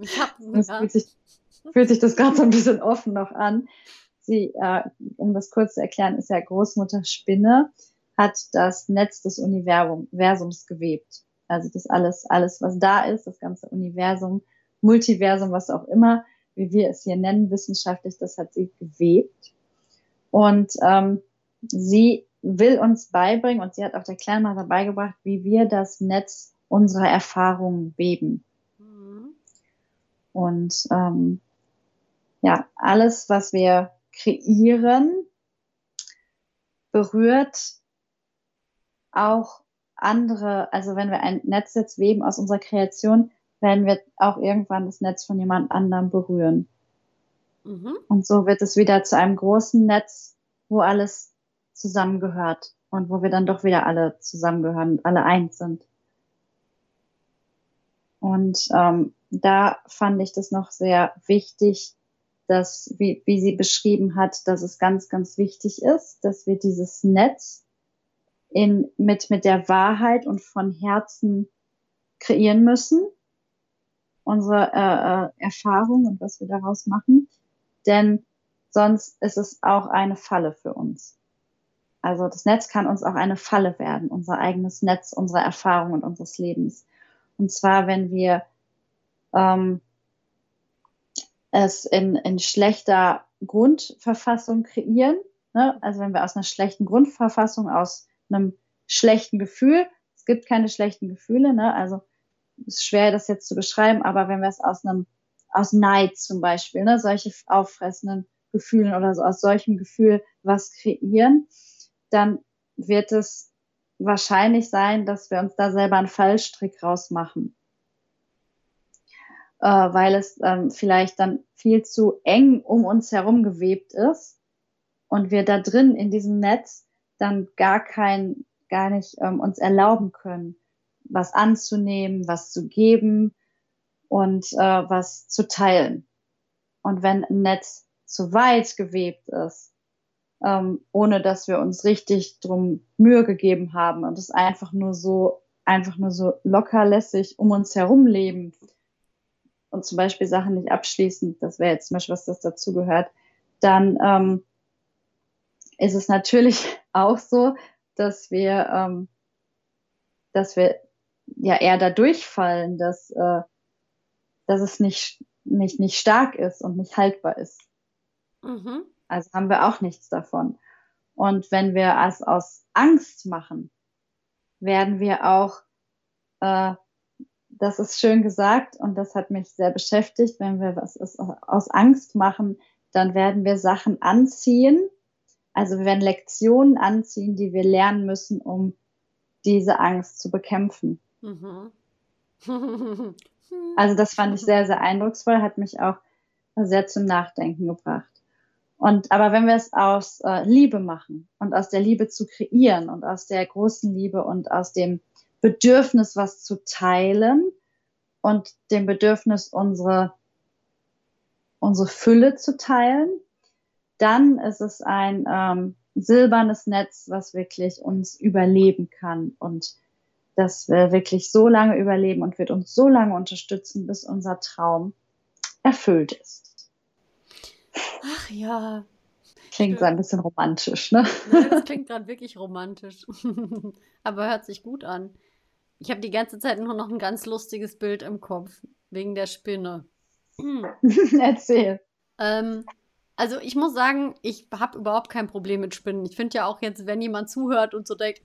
Fühlt sich das gerade so ein bisschen offen noch an. Sie, um das kurz zu erklären, ist ja Großmutter Spinne, hat das Netz des Universums gewebt. Also das alles, was da ist, das ganze Universum, Multiversum, was auch immer, wie wir es hier nennen, wissenschaftlich, das hat sie gewebt. Und sie will uns beibringen, und sie hat auch der Kleinen mal beigebracht, wie wir das Netz unserer Erfahrungen weben. Und ja, alles, was wir kreieren, berührt auch andere. Also wenn wir ein Netz jetzt weben aus unserer Kreation, werden wir auch irgendwann das Netz von jemand anderem berühren. Und so wird es wieder zu einem großen Netz, wo alles zusammengehört und wo wir dann doch wieder alle zusammengehören und alle eins sind. Und da fand ich das noch sehr wichtig, dass, wie sie beschrieben hat, dass es ganz, ganz wichtig ist, dass wir dieses Netz mit der Wahrheit und von Herzen kreieren müssen, unsere Erfahrung und was wir daraus machen, denn sonst ist es auch eine Falle für uns. Also das Netz kann uns auch eine Falle werden, unser eigenes Netz unserer Erfahrung und unseres Lebens. Und zwar, wenn wir es in schlechter Grundverfassung kreieren, ne? Also wenn wir aus einer schlechten Grundverfassung, aus einem schlechten Gefühl, es gibt keine schlechten Gefühle, ne? Also es ist schwer, das jetzt zu beschreiben, aber wenn wir es aus Neid zum Beispiel, ne? Solche auffressenden Gefühlen oder so, aus solchem Gefühl was kreieren, dann wird es wahrscheinlich sein, dass wir uns da selber einen Fallstrick rausmachen. Weil es vielleicht dann viel zu eng um uns herum gewebt ist und wir da drin in diesem Netz dann gar nicht uns erlauben können, was anzunehmen, was zu geben und was zu teilen. Und wenn ein Netz zu weit gewebt ist, ohne dass wir uns richtig drum Mühe gegeben haben und es einfach nur so lockerlässig um uns herum leben, und zum Beispiel Sachen nicht abschließen, das wäre jetzt zum Beispiel, was das dazu gehört, dann ist es natürlich auch so, dass wir ja eher da durchfallen, dass es nicht stark ist und nicht haltbar ist. Also haben wir auch nichts davon. Und wenn wir es aus Angst machen, werden wir auch das ist schön gesagt und das hat mich sehr beschäftigt. Wenn wir was aus Angst machen, dann werden wir Sachen anziehen. Also wir werden Lektionen anziehen, die wir lernen müssen, um diese Angst zu bekämpfen. Also das fand ich sehr, sehr eindrucksvoll, hat mich auch sehr zum Nachdenken gebracht. Aber wenn wir es aus Liebe machen und aus der Liebe zu kreieren und aus der großen Liebe und aus dem Bedürfnis, was zu teilen und dem Bedürfnis, unsere Fülle zu teilen, dann ist es ein silbernes Netz, was wirklich uns überleben kann und das wir wirklich so lange überleben und wird uns so lange unterstützen, bis unser Traum erfüllt ist. Ach ja. Klingt so ein bisschen romantisch, ne? Ja, das klingt gerade wirklich romantisch. Aber hört sich gut an. Ich habe die ganze Zeit nur noch ein ganz lustiges Bild im Kopf, wegen der Spinne. Erzähl. Also ich muss sagen, ich habe überhaupt kein Problem mit Spinnen. Ich finde ja auch jetzt, wenn jemand zuhört und so denkt,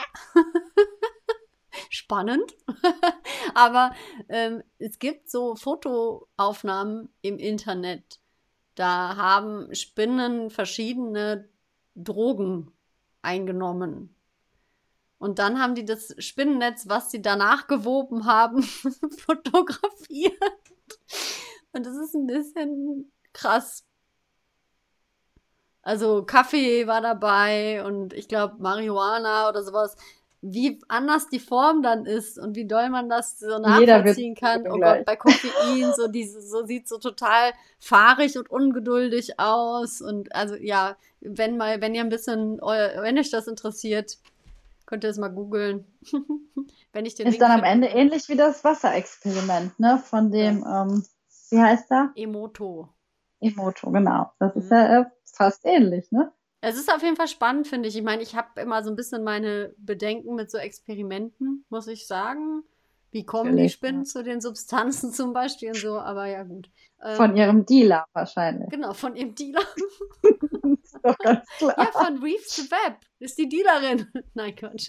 spannend. Aber es gibt so Fotoaufnahmen im Internet. Da haben Spinnen verschiedene Drogen eingenommen. Und dann haben die das Spinnennetz, was sie danach gewoben haben, fotografiert. Und das ist ein bisschen krass. Also Kaffee war dabei und ich glaube Marihuana oder sowas. Wie anders die Form dann ist und wie doll man das so nachvollziehen kann. Oh Gott, bei Koffein, so sieht so total fahrig und ungeduldig aus. Und also ja, wenn ihr ein bisschen, wenn euch das interessiert, könnt ihr es mal googeln. Wenn ich den Ist Link dann am finde. Ende ähnlich wie das Wasserexperiment, ne? Von dem, wie heißt er? Emoto. Emoto, genau. Das ist ja fast ähnlich, ne? Es ist auf jeden Fall spannend, finde ich. Ich meine, ich habe immer so ein bisschen meine Bedenken mit so Experimenten, muss ich sagen. Wie kommen die Spinnen zu den Substanzen zum Beispiel und so, aber ja gut. Von ihrem Dealer wahrscheinlich. Genau, von ihrem Dealer. Das ist doch ganz klar. Ja, von Reeves the Web. Ist die Dealerin. Nein, Quatsch.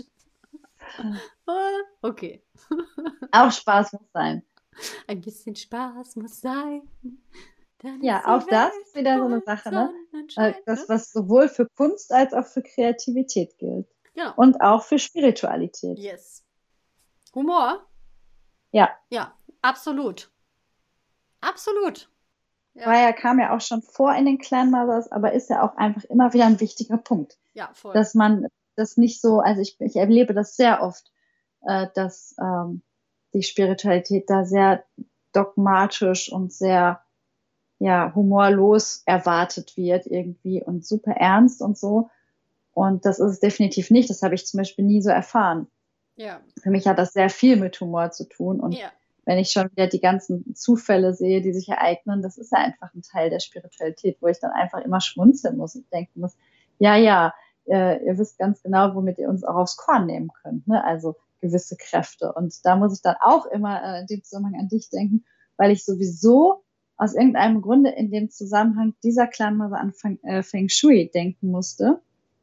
Okay. Auch Spaß muss sein. Ein bisschen Spaß muss sein. Ja, auch das ist wieder so eine Sache, ne? Das, was sowohl für Kunst als auch für Kreativität gilt. Ja. Und auch für Spiritualität. Yes. Humor? Ja. Ja, absolut. Absolut. Ja. Weil er kam ja auch schon vor in den Clan Mothers, aber ist ja auch einfach immer wieder ein wichtiger Punkt. Ja, voll. Dass man das nicht so, also ich erlebe das sehr oft, dass die Spiritualität da sehr dogmatisch und sehr humorlos erwartet wird irgendwie und super ernst und so. Und das ist es definitiv nicht. Das habe ich zum Beispiel nie so erfahren. Ja. Für mich hat das sehr viel mit Humor zu tun. Und wenn ich schon wieder die ganzen Zufälle sehe, die sich ereignen, das ist ja einfach ein Teil der Spiritualität, wo ich dann einfach immer schmunzeln muss und denken muss, ihr wisst ganz genau, womit ihr uns auch aufs Korn nehmen könnt. Ne? Also gewisse Kräfte. Und da muss ich dann auch immer in dem Zusammenhang an dich denken, weil ich sowieso aus irgendeinem Grunde in dem Zusammenhang dieser Clanmother an Feng Shui denken musste.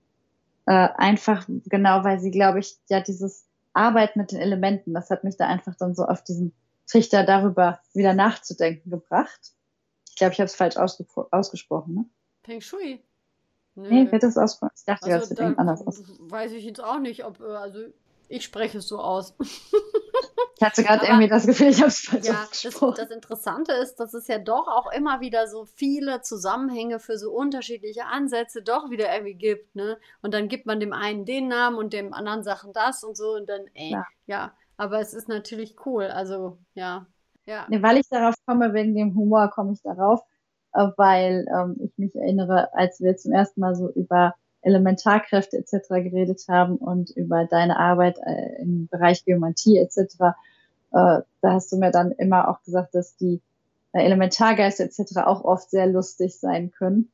Einfach genau, weil sie, glaube ich, ja dieses Arbeit mit den Elementen, das hat mich da einfach dann so auf diesen Trichter darüber wieder nachzudenken gebracht. Ich glaube, ich habe es falsch ausgesprochen, ne? Feng Shui? Nee, wird das ausgesprochen? Ich dachte, das wird irgend anders aus. Weiß ich jetzt auch nicht, also ich spreche es so aus. Ich hatte gerade irgendwie das Gefühl, ich habe es falsch ausgesprochen. Das Interessante ist, dass es ja doch auch immer wieder so viele Zusammenhänge für so unterschiedliche Ansätze doch wieder irgendwie gibt, ne? Und dann gibt man dem einen den Namen und dem anderen Sachen das und so und dann, aber es ist natürlich cool, also, ja. Nee, weil ich darauf komme, wegen dem Humor komme ich darauf, weil ich mich erinnere, als wir zum ersten Mal so über Elementarkräfte etc. geredet haben und über deine Arbeit im Bereich Geomantie etc., da hast du mir dann immer auch gesagt, dass die Elementargeister etc. auch oft sehr lustig sein können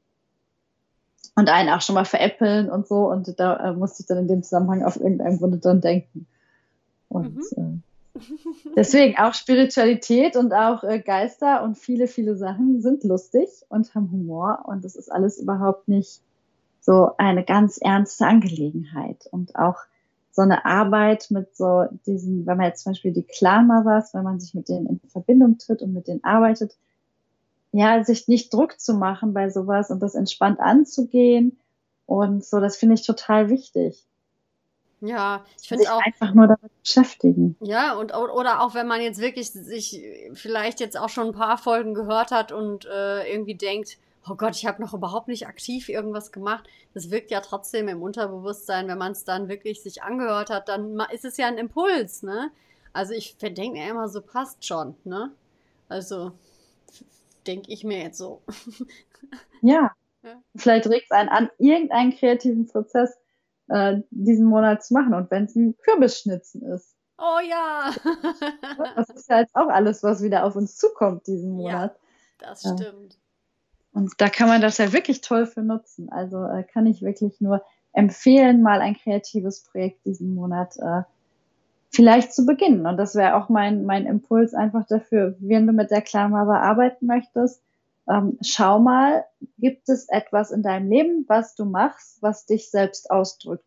und einen auch schon mal veräppeln und so. Und da musste ich dann in dem Zusammenhang auf irgendeinem Grunde dran denken. Und deswegen auch Spiritualität und auch Geister und viele, viele Sachen sind lustig und haben Humor. Und das ist alles überhaupt nicht so eine ganz ernste Angelegenheit. Und auch so eine Arbeit mit so diesen, wenn man jetzt zum Beispiel die Clan Mothers, wenn man sich mit denen in Verbindung tritt und mit denen arbeitet, ja, sich nicht Druck zu machen bei sowas und das entspannt anzugehen und so, das finde ich total wichtig. Ja, ich finde auch einfach nur damit beschäftigen. Ja, oder auch wenn man jetzt wirklich sich vielleicht jetzt auch schon ein paar Folgen gehört hat und irgendwie denkt, oh Gott, ich habe noch überhaupt nicht aktiv irgendwas gemacht. Das wirkt ja trotzdem im Unterbewusstsein, wenn man es dann wirklich sich angehört hat, dann ist es ja ein Impuls, ne? Also ich denke mir immer so, passt schon, ne? Also denke ich mir jetzt so. Ja, vielleicht regt es einen an, irgendeinen kreativen Prozess diesen Monat zu machen. Und wenn es ein Kürbisschnitzen ist. Oh ja! Das ist ja jetzt auch alles, was wieder auf uns zukommt diesen Monat. Ja, das stimmt. Und da kann man das ja wirklich toll für nutzen. Also kann ich wirklich nur empfehlen, mal ein kreatives Projekt diesen Monat vielleicht zu beginnen. Und das wäre auch mein Impuls einfach dafür, wenn du mit der Clan Mother arbeiten möchtest, schau mal, gibt es etwas in deinem Leben, was du machst, was dich selbst ausdrückt?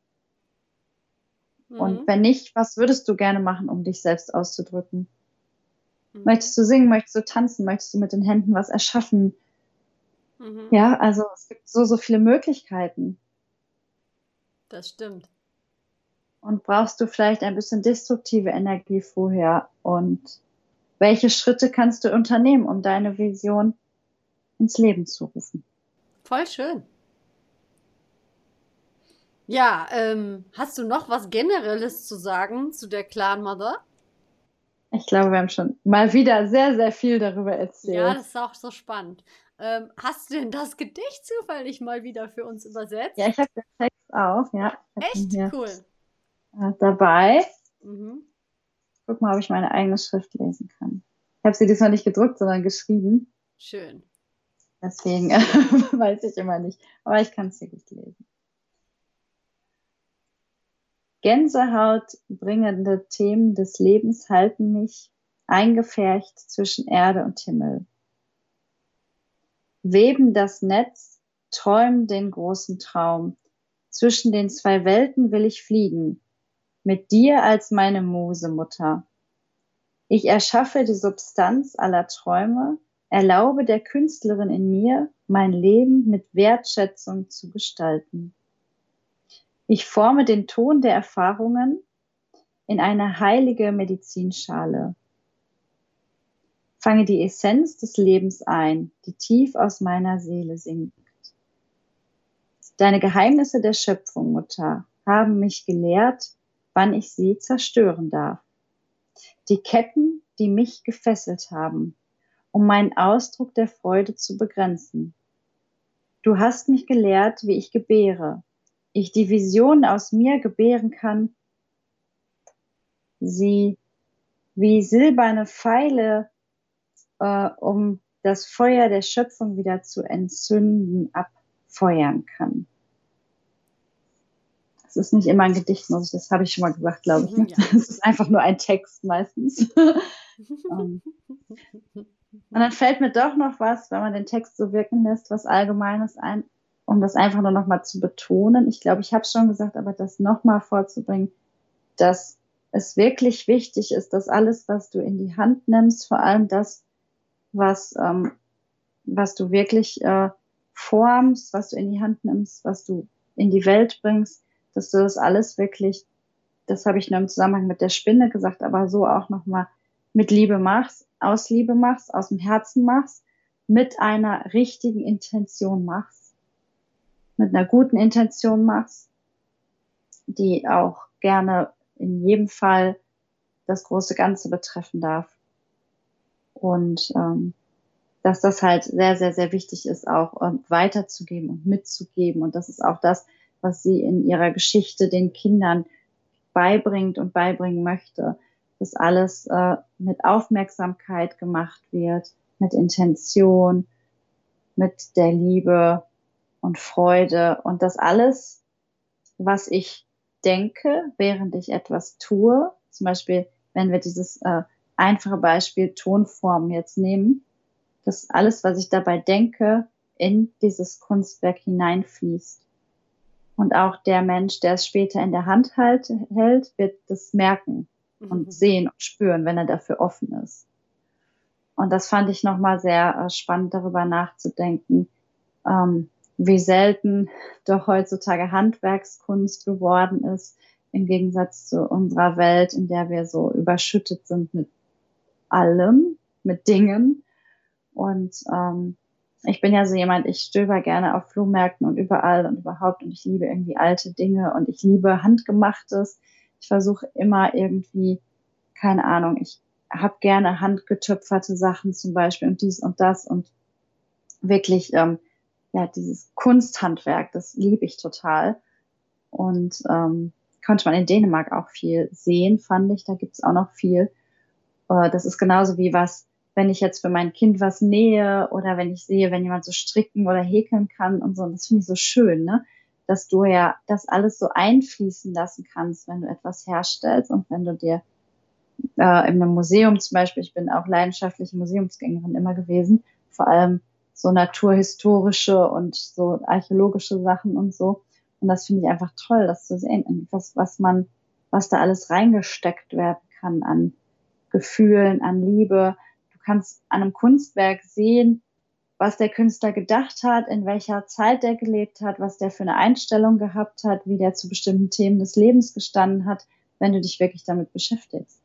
Und wenn nicht, was würdest du gerne machen, um dich selbst auszudrücken? Möchtest du singen, möchtest du tanzen, möchtest du mit den Händen was erschaffen? Ja, also es gibt so viele Möglichkeiten. Das stimmt. Und brauchst du vielleicht ein bisschen destruktive Energie vorher? Und welche Schritte kannst du unternehmen, um deine Vision ins Leben zu rufen? Voll schön. Ja, hast du noch was Generelles zu sagen zu der Clan Mother? Ich glaube, wir haben schon mal wieder sehr, sehr viel darüber Ja, erzählt. das ist auch so spannend. Hast du denn das Gedicht zufällig mal wieder für uns übersetzt? Ja, ich habe den Text auch. Ja, ich habe ihn Echt hier cool. dabei. Mhm. Guck mal, ob ich meine eigene Schrift lesen kann. Ich habe sie diesmal nicht gedruckt, sondern geschrieben. Schön. Deswegen weiß ich immer nicht. Aber ich kann es hier gut lesen. Gänsehaut bringende Themen des Lebens halten mich eingepfercht zwischen Erde und Himmel. Weben das Netz, träumen den großen Traum. Zwischen den zwei Welten will ich fliegen, mit dir als meine Muse, Mutter. Ich erschaffe die Substanz aller Träume, erlaube der Künstlerin in mir, mein Leben mit Wertschätzung zu gestalten. Ich forme den Ton der Erfahrungen in eine heilige Medizinschale. Fange die Essenz des Lebens ein, die tief aus meiner Seele sinkt. Deine Geheimnisse der Schöpfung, Mutter, haben mich gelehrt, wann ich sie zerstören darf. Die Ketten, die mich gefesselt haben, um meinen Ausdruck der Freude zu begrenzen. Du hast mich gelehrt, wie ich gebäre. Ich die Vision aus mir gebären kann, sie wie silberne Pfeile, um das Feuer der Schöpfung wieder zu entzünden, abfeuern kann. Das ist nicht immer ein Gedicht, das habe ich schon mal gesagt, glaube ich. Ne? Ja. Das ist einfach nur ein Text meistens. Und dann fällt mir doch noch was, wenn man den Text so wirken lässt, was Allgemeines ein, um das einfach nur noch mal zu betonen. Ich glaube, ich habe es schon gesagt, aber das noch mal vorzubringen, dass es wirklich wichtig ist, dass alles, was du in die Hand nimmst, vor allem das, was du wirklich formst, was du in die Hand nimmst, was du in die Welt bringst, dass du das alles wirklich, das habe ich nur im Zusammenhang mit der Spinne gesagt, aber so auch nochmal mit Liebe machst, aus dem Herzen machst, mit einer richtigen Intention machst, mit einer guten Intention machst, die auch gerne in jedem Fall das große Ganze betreffen darf. Und dass das halt sehr, sehr, sehr wichtig ist, auch weiterzugeben und mitzugeben. Und das ist auch das, was sie in ihrer Geschichte den Kindern beibringt und beibringen möchte, dass alles mit Aufmerksamkeit gemacht wird, mit Intention, mit der Liebe und Freude und das alles, was ich denke, während ich etwas tue, zum Beispiel, wenn wir dieses einfache Beispiel Tonformen jetzt nehmen, dass alles, was ich dabei denke, in dieses Kunstwerk hineinfließt. Und auch der Mensch, der es später in der Hand hält, wird das merken und sehen und spüren, wenn er dafür offen ist. Und das fand ich nochmal sehr spannend, darüber nachzudenken, wie selten doch heutzutage Handwerkskunst geworden ist, im Gegensatz zu unserer Welt, in der wir so überschüttet sind mit allem, mit Dingen. Und ich bin ja so jemand, ich stöber gerne auf Flohmärkten und überall und überhaupt und ich liebe irgendwie alte Dinge und ich liebe Handgemachtes. Ich versuche immer irgendwie, keine Ahnung, ich habe gerne handgetöpferte Sachen zum Beispiel und dies und das und wirklich, ja, dieses Kunsthandwerk, das liebe ich total. Und konnte man in Dänemark auch viel sehen, fand ich. Da gibt's auch noch viel. Das ist genauso wie was, wenn ich jetzt für mein Kind was nähe oder wenn ich sehe, wenn jemand so stricken oder häkeln kann und so. Und das finde ich so schön, ne? Dass du ja das alles so einfließen lassen kannst, wenn du etwas herstellst und wenn du dir in einem Museum zum Beispiel, ich bin auch leidenschaftliche Museumsgängerin immer gewesen, vor allem so naturhistorische und so archäologische Sachen und so. Und das finde ich einfach toll, das zu sehen, was da alles reingesteckt werden kann an Gefühlen, an Liebe. Du kannst an einem Kunstwerk sehen, was der Künstler gedacht hat, in welcher Zeit der gelebt hat, was der für eine Einstellung gehabt hat, wie der zu bestimmten Themen des Lebens gestanden hat, wenn du dich wirklich damit beschäftigst.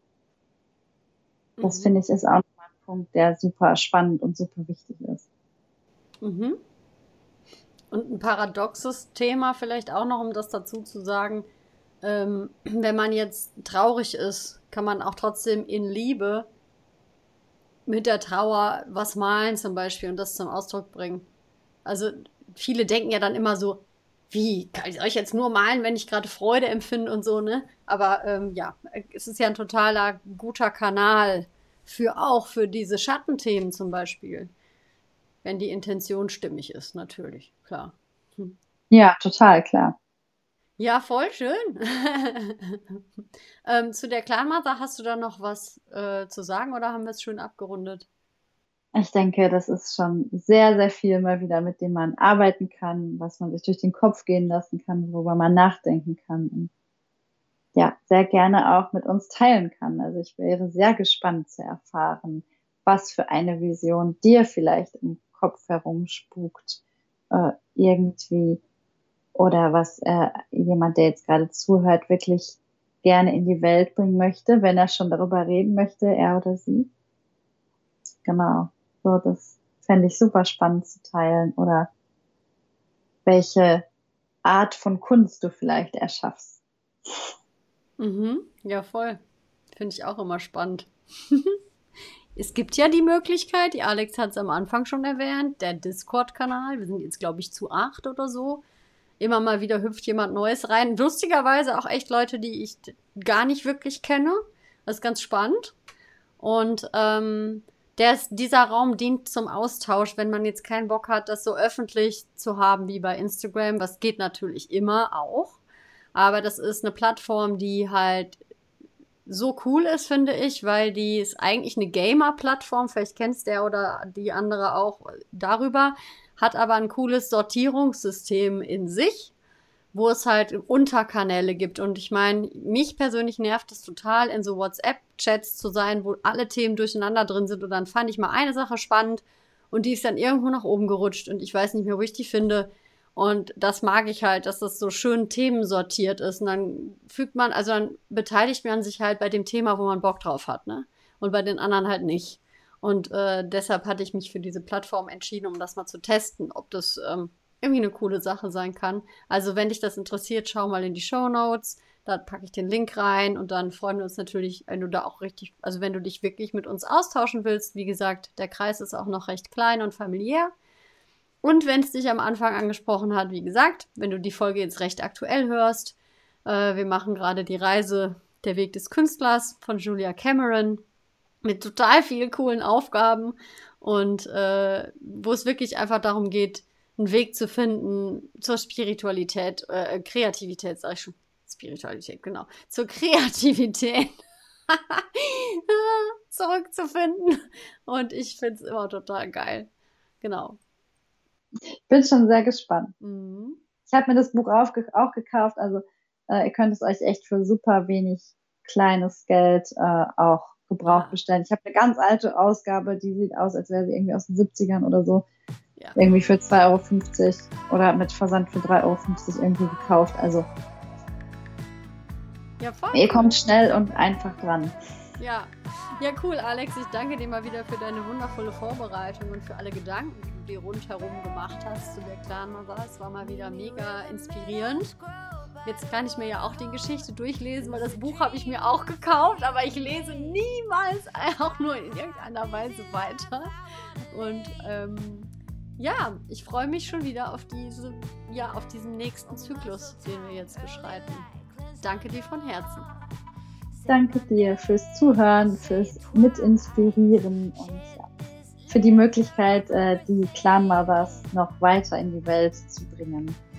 Das finde ich ist auch nochmal ein Punkt, der super spannend und super wichtig ist. Mhm. Und ein paradoxes Thema vielleicht auch noch, um das dazu zu sagen, wenn man jetzt traurig ist, kann man auch trotzdem in Liebe mit der Trauer was malen zum Beispiel und das zum Ausdruck bringen. Also viele denken ja dann immer so, wie, kann ich euch jetzt nur malen, wenn ich gerade Freude empfinde und so, ne? Aber es ist ja ein totaler guter Kanal für diese Schattenthemen zum Beispiel. Wenn die Intention stimmig ist, natürlich, klar. Ja, total, klar. Ja, voll schön. Zu der Clan-Mother hast du da noch was zu sagen oder haben wir es schön abgerundet? Ich denke, das ist schon sehr, sehr viel mal wieder, mit dem man arbeiten kann, was man sich durch den Kopf gehen lassen kann, worüber man nachdenken kann und ja, sehr gerne auch mit uns teilen kann. Also ich wäre sehr gespannt zu erfahren, was für eine Vision dir vielleicht im Kopf herumspukt, irgendwie, oder was jemand, der jetzt gerade zuhört, wirklich gerne in die Welt bringen möchte, wenn er schon darüber reden möchte, er oder sie. Genau, so das fände ich super spannend zu teilen. Oder welche Art von Kunst du vielleicht erschaffst. Ja, voll. Finde ich auch immer spannend. Es gibt ja die Möglichkeit, die Alex hat es am Anfang schon erwähnt, der Discord-Kanal. Wir sind jetzt, glaube ich, zu 8 oder so. Immer mal wieder hüpft jemand Neues rein. Lustigerweise auch echt Leute, die ich gar nicht wirklich kenne. Das ist ganz spannend. Und dieser Raum dient zum Austausch, wenn man jetzt keinen Bock hat, das so öffentlich zu haben wie bei Instagram. Was geht natürlich immer auch. Aber das ist eine Plattform, die halt so cool ist, finde ich, weil die ist eigentlich eine Gamer-Plattform. Vielleicht kennst der oder die andere auch darüber. Hat aber ein cooles Sortierungssystem in sich, wo es halt Unterkanäle gibt. Und ich meine, mich persönlich nervt es total, in so WhatsApp-Chats zu sein, wo alle Themen durcheinander drin sind. Und dann fand ich mal eine Sache spannend und die ist dann irgendwo nach oben gerutscht und ich weiß nicht mehr, wo ich die finde. Und das mag ich halt, dass das so schön themensortiert ist. Und dann beteiligt man sich halt bei dem Thema, wo man Bock drauf hat, ne? Und bei den anderen halt nicht. Und deshalb hatte ich mich für diese Plattform entschieden, um das mal zu testen, ob das irgendwie eine coole Sache sein kann. Also wenn dich das interessiert, schau mal in die Shownotes. Da packe ich den Link rein und dann freuen wir uns natürlich, wenn du da auch wenn du dich wirklich mit uns austauschen willst. Wie gesagt, der Kreis ist auch noch recht klein und familiär. Und wenn es dich am Anfang angesprochen hat, wie gesagt, wenn du die Folge jetzt recht aktuell hörst, wir machen gerade die Reise Der Weg des Künstlers von Julia Cameron mit total vielen coolen Aufgaben und wo es wirklich einfach darum geht, einen Weg zu finden zur Spiritualität, Kreativität, sag ich schon. Spiritualität, genau. Zur Kreativität zurückzufinden. Und ich finde es immer total geil. Genau. Ich bin schon sehr gespannt. Ich habe mir das Buch auch gekauft, also ihr könnt es euch echt für super wenig kleines Geld auch gebraucht bestellen. Ich habe eine ganz alte Ausgabe, die sieht aus, als wäre sie irgendwie aus den 70ern oder so. Ja. Irgendwie für 2,50 € oder mit Versand für 3,50 € irgendwie gekauft. Also ja, voll ihr kommt schnell und einfach dran. Ja, cool, Alex. Ich danke dir mal wieder für deine wundervolle Vorbereitung und für alle Gedanken, die du dir rundherum gemacht hast zu der Clan-Mother. Es war mal wieder mega inspirierend. Jetzt kann ich mir ja auch die Geschichte durchlesen, weil das Buch habe ich mir auch gekauft, aber ich lese niemals auch nur in irgendeiner Weise weiter. Und ich freue mich schon wieder auf diesen nächsten Zyklus, den wir jetzt beschreiten. Danke dir von Herzen. Danke dir fürs Zuhören, fürs Mitinspirieren und für die Möglichkeit, die Clan Mothers noch weiter in die Welt zu bringen.